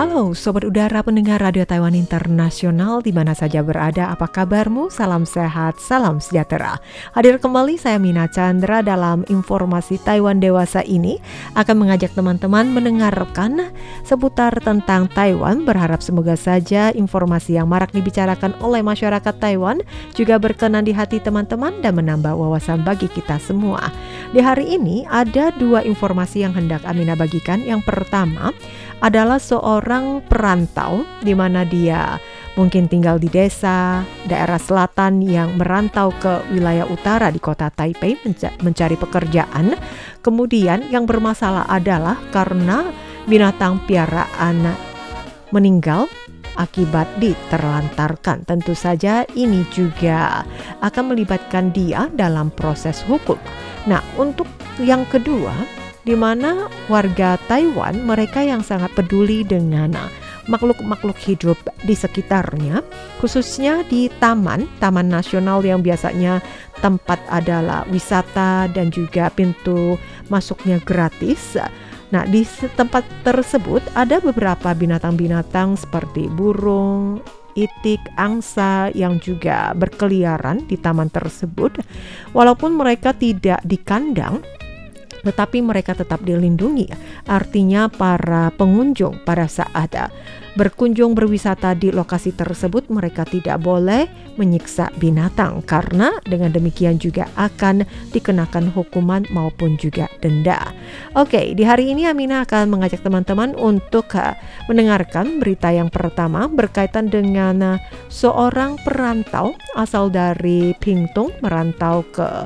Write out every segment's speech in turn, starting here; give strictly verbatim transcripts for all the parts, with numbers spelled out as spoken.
Halo Sobat Udara pendengar Radio Taiwan Internasional di mana saja berada, apa kabarmu? Salam sehat, salam sejahtera. Hadir kembali saya Mina Chandra dalam informasi Taiwan Dewasa ini akan mengajak teman-teman mendengarkan seputar tentang Taiwan. Berharap semoga saja informasi yang marak dibicarakan oleh masyarakat Taiwan juga berkenan di hati teman-teman dan menambah wawasan bagi kita semua. Di hari ini ada dua informasi yang hendak Amina bagikan. Yang pertama adalah seorang perantau di mana dia mungkin tinggal di desa, daerah selatan yang merantau ke wilayah utara di kota Taipei menca- mencari pekerjaan. Kemudian yang bermasalah adalah karena binatang piaraan meninggal akibat diterlantarkan. Tentu saja ini juga akan melibatkan dia dalam proses hukum. Nah, untuk yang kedua, di mana warga Taiwan, mereka yang sangat peduli dengan makhluk-makhluk hidup di sekitarnya, khususnya di taman, taman nasional yang biasanya tempat adalah wisata dan juga pintu masuknya gratis. Nah, di tempat tersebut ada beberapa binatang-binatang seperti burung, itik, angsa yang juga berkeliaran di taman tersebut. Walaupun mereka tidak di kandang, tetapi mereka tetap dilindungi. Artinya para pengunjung pada saat berkunjung berwisata di lokasi tersebut, mereka tidak boleh menyiksa binatang, karena dengan demikian juga akan dikenakan hukuman maupun juga denda. Oke, di hari ini Amina akan mengajak teman-teman untuk mendengarkan berita yang pertama berkaitan dengan seorang perantau asal dari Pingtung merantau ke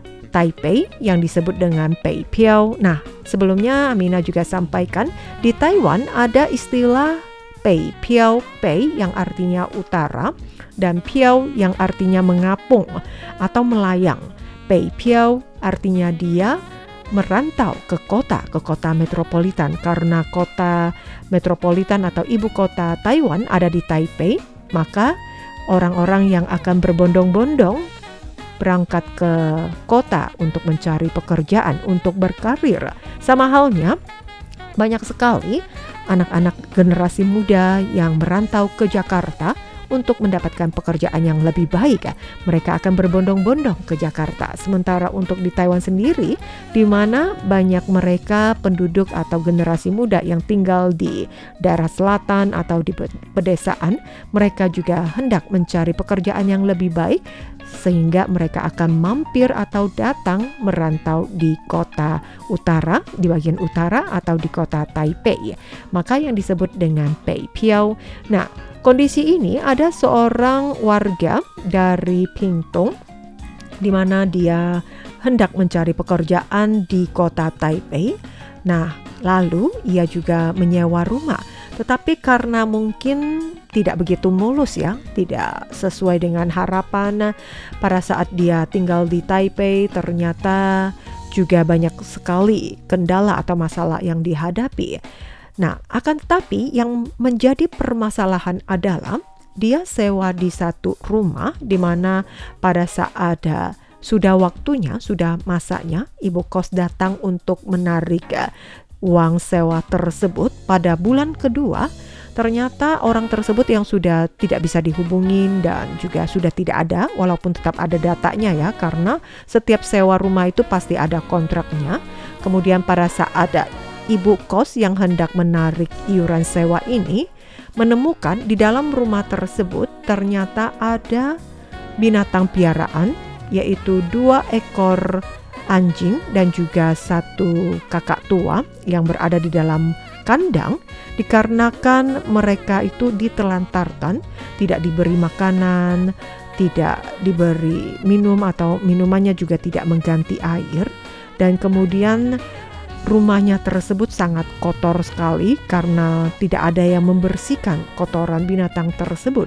Taipei yang disebut dengan Pei Piao. Nah, sebelumnya Amina juga sampaikan di Taiwan ada istilah Pei Piao, Pei yang artinya utara dan Piao yang artinya mengapung atau melayang. Pei Piao artinya dia merantau ke kota, ke kota metropolitan, karena kota metropolitan atau ibu kota Taiwan ada di Taipei, maka orang-orang yang akan berbondong-bondong berangkat ke kota untuk mencari pekerjaan, untuk berkarir. Sama halnya, banyak sekali anak-anak generasi muda yang merantau ke Jakarta untuk mendapatkan pekerjaan yang lebih baik. Mereka akan berbondong-bondong ke Jakarta. Sementara untuk di Taiwan sendiri, di mana banyak mereka penduduk atau generasi muda yang tinggal di daerah selatan atau di pedesaan, mereka juga hendak mencari pekerjaan yang lebih baik, sehingga mereka akan mampir atau datang merantau di kota utara, di bagian utara atau di kota Taipei. Maka yang disebut dengan Pei Piao. Nah, kondisi ini ada seorang warga dari Pingtung di mana dia hendak mencari pekerjaan di kota Taipei. Nah, lalu ia juga menyewa rumah. Tetapi karena mungkin tidak begitu mulus ya, tidak sesuai dengan harapan pada saat dia tinggal di Taipei, ternyata juga banyak sekali kendala atau masalah yang dihadapi. Nah, akan tetapi yang menjadi permasalahan adalah dia sewa di satu rumah di mana pada saat ada sudah waktunya, sudah masanya ibu kos datang untuk menarik uang sewa tersebut pada bulan kedua. Ternyata orang tersebut yang sudah tidak bisa dihubungin dan juga sudah tidak ada, walaupun tetap ada datanya ya, karena setiap sewa rumah itu pasti ada kontraknya. Kemudian pada saat ada ibu kos yang hendak menarik iuran sewa ini menemukan di dalam rumah tersebut ternyata ada binatang piaraan, yaitu dua ekor anjing dan juga satu kakak tua yang berada di dalam kandang, dikarenakan mereka itu ditelantarkan, tidak diberi makanan, tidak diberi minum atau minumannya juga tidak mengganti air, dan kemudian rumahnya tersebut sangat kotor sekali karena tidak ada yang membersihkan kotoran binatang tersebut.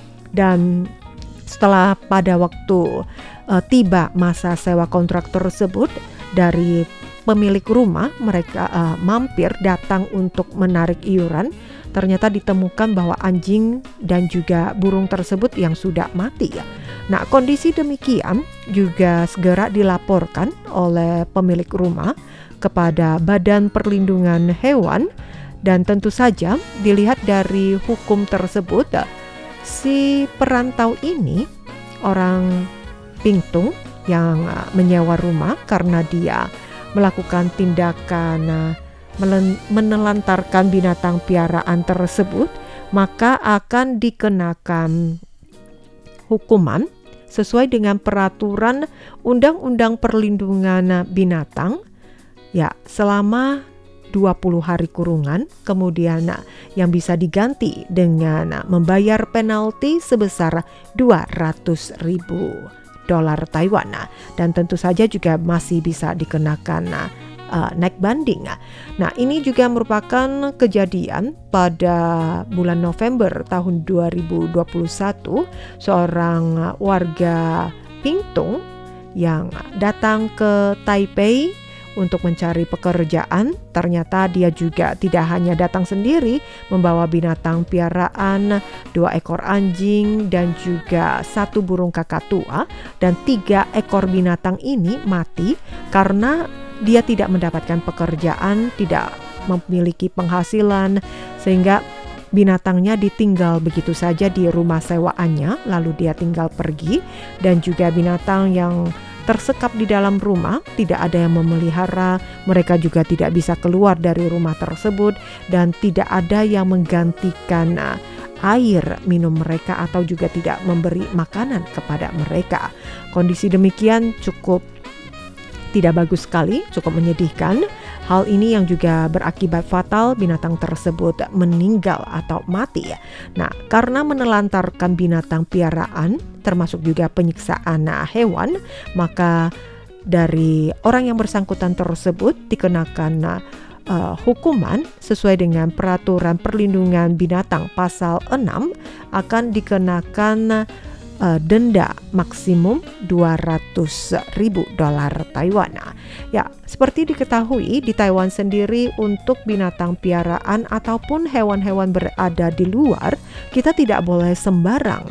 Dan setelah pada waktu uh, tiba masa sewa kontrak tersebut, dari pemilik rumah mereka uh, mampir datang untuk menarik iuran, ternyata ditemukan bahwa anjing dan juga burung tersebut yang sudah mati. Nah, kondisi demikian juga segera dilaporkan oleh pemilik rumah kepada Badan Perlindungan Hewan Dan tentu saja dilihat dari hukum tersebut, si perantau ini orang Pingtung yang menyewa rumah karena dia melakukan tindakan menelantarkan binatang piaraan tersebut, maka akan dikenakan hukuman sesuai dengan peraturan Undang-Undang Perlindungan Binatang ya selama dua puluh hari kurungan, kemudian yang bisa diganti dengan membayar penalti sebesar dua ratus ribu dolar Taiwan, dan tentu saja juga masih bisa dikenakan uh, naik banding. Nah, ini juga merupakan kejadian pada bulan November tahun dua ribu dua puluh satu, seorang warga Pingtung yang datang ke Taipei untuk mencari pekerjaan. Ternyata dia juga tidak hanya datang sendiri, membawa binatang piaraan, dua ekor anjing dan juga satu burung kakatua, dan tiga ekor binatang ini mati karena dia tidak mendapatkan pekerjaan, tidak memiliki penghasilan, sehingga binatangnya ditinggal begitu saja di rumah sewaannya, lalu dia tinggal pergi. Dan juga binatang yang tersekap di dalam rumah, tidak ada yang memelihara, mereka juga tidak bisa keluar dari rumah tersebut, dan tidak ada yang menggantikan uh, air minum mereka atau juga tidak memberi makanan kepada mereka. Kondisi demikian cukup tidak bagus sekali, cukup menyedihkan. Hal ini yang juga berakibat fatal, binatang tersebut meninggal atau mati. Nah, karena menelantarkan binatang piaraan, termasuk juga penyiksaan hewan, maka dari orang yang bersangkutan tersebut dikenakan uh, hukuman sesuai dengan peraturan perlindungan binatang pasal enam, akan dikenakan Uh, denda maksimum dua ratus ribu dolar Taiwan. Ya, seperti diketahui di Taiwan sendiri, untuk binatang piaraan ataupun hewan-hewan berada di luar, kita tidak boleh sembarang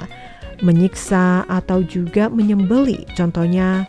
menyiksa atau juga menyembeli. Contohnya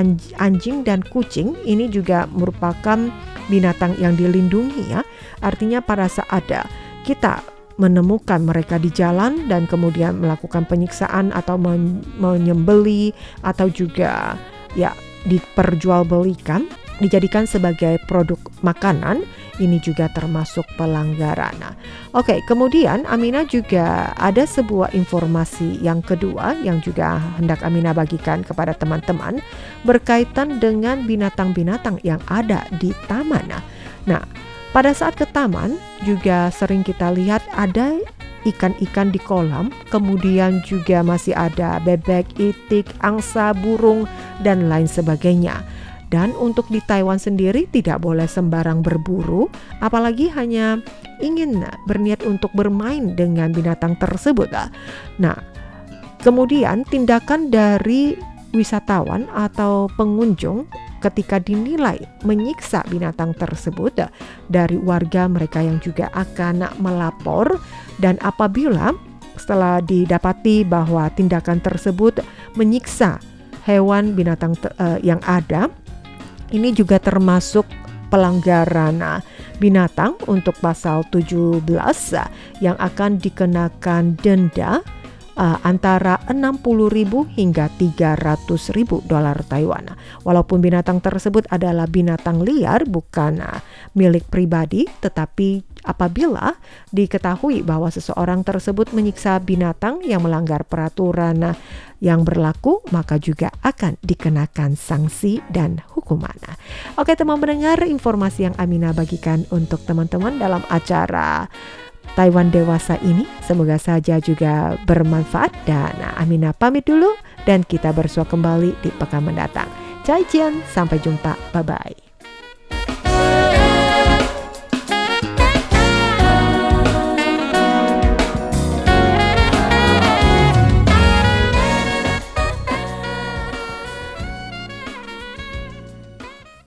anjing dan kucing, ini juga merupakan binatang yang dilindungi ya. Artinya pada saat kita menemukan mereka di jalan dan kemudian melakukan penyiksaan atau men- menyembeli atau juga ya diperjualbelikan, dijadikan sebagai produk makanan, ini juga termasuk pelanggaran. Oke, kemudian Amina juga ada sebuah informasi yang kedua yang juga hendak Amina bagikan kepada teman-teman berkaitan dengan binatang-binatang yang ada di taman. Nah, pada saat ke taman juga sering kita lihat ada ikan-ikan di kolam, kemudian juga masih ada bebek, itik, angsa, burung, dan lain sebagainya. Dan untuk di Taiwan sendiri tidak boleh sembarang berburu, apalagi hanya ingin berniat untuk bermain dengan binatang tersebut. Nah, kemudian tindakan dari wisatawan atau pengunjung ketika dinilai menyiksa binatang tersebut dari warga, mereka yang juga akan melapor, dan apabila setelah didapati bahwa tindakan tersebut menyiksa hewan binatang te- uh, yang ada, ini juga termasuk pelanggaran binatang untuk pasal tujuh belas yang akan dikenakan denda Uh, antara enam puluh ribu hingga tiga ratus ribu dolar Taiwan. Walaupun binatang tersebut adalah binatang liar, bukan uh, milik pribadi, tetapi apabila diketahui bahwa seseorang tersebut menyiksa binatang yang melanggar peraturan uh, yang berlaku, maka juga akan dikenakan sanksi dan hukuman. Oke teman pendengar, informasi yang Amina bagikan untuk teman-teman dalam acara Taiwan Dewasa ini semoga saja juga bermanfaat, dan Amina pamit dulu dan kita bersua kembali di pekan mendatang. Zaijian, sampai jumpa, bye bye.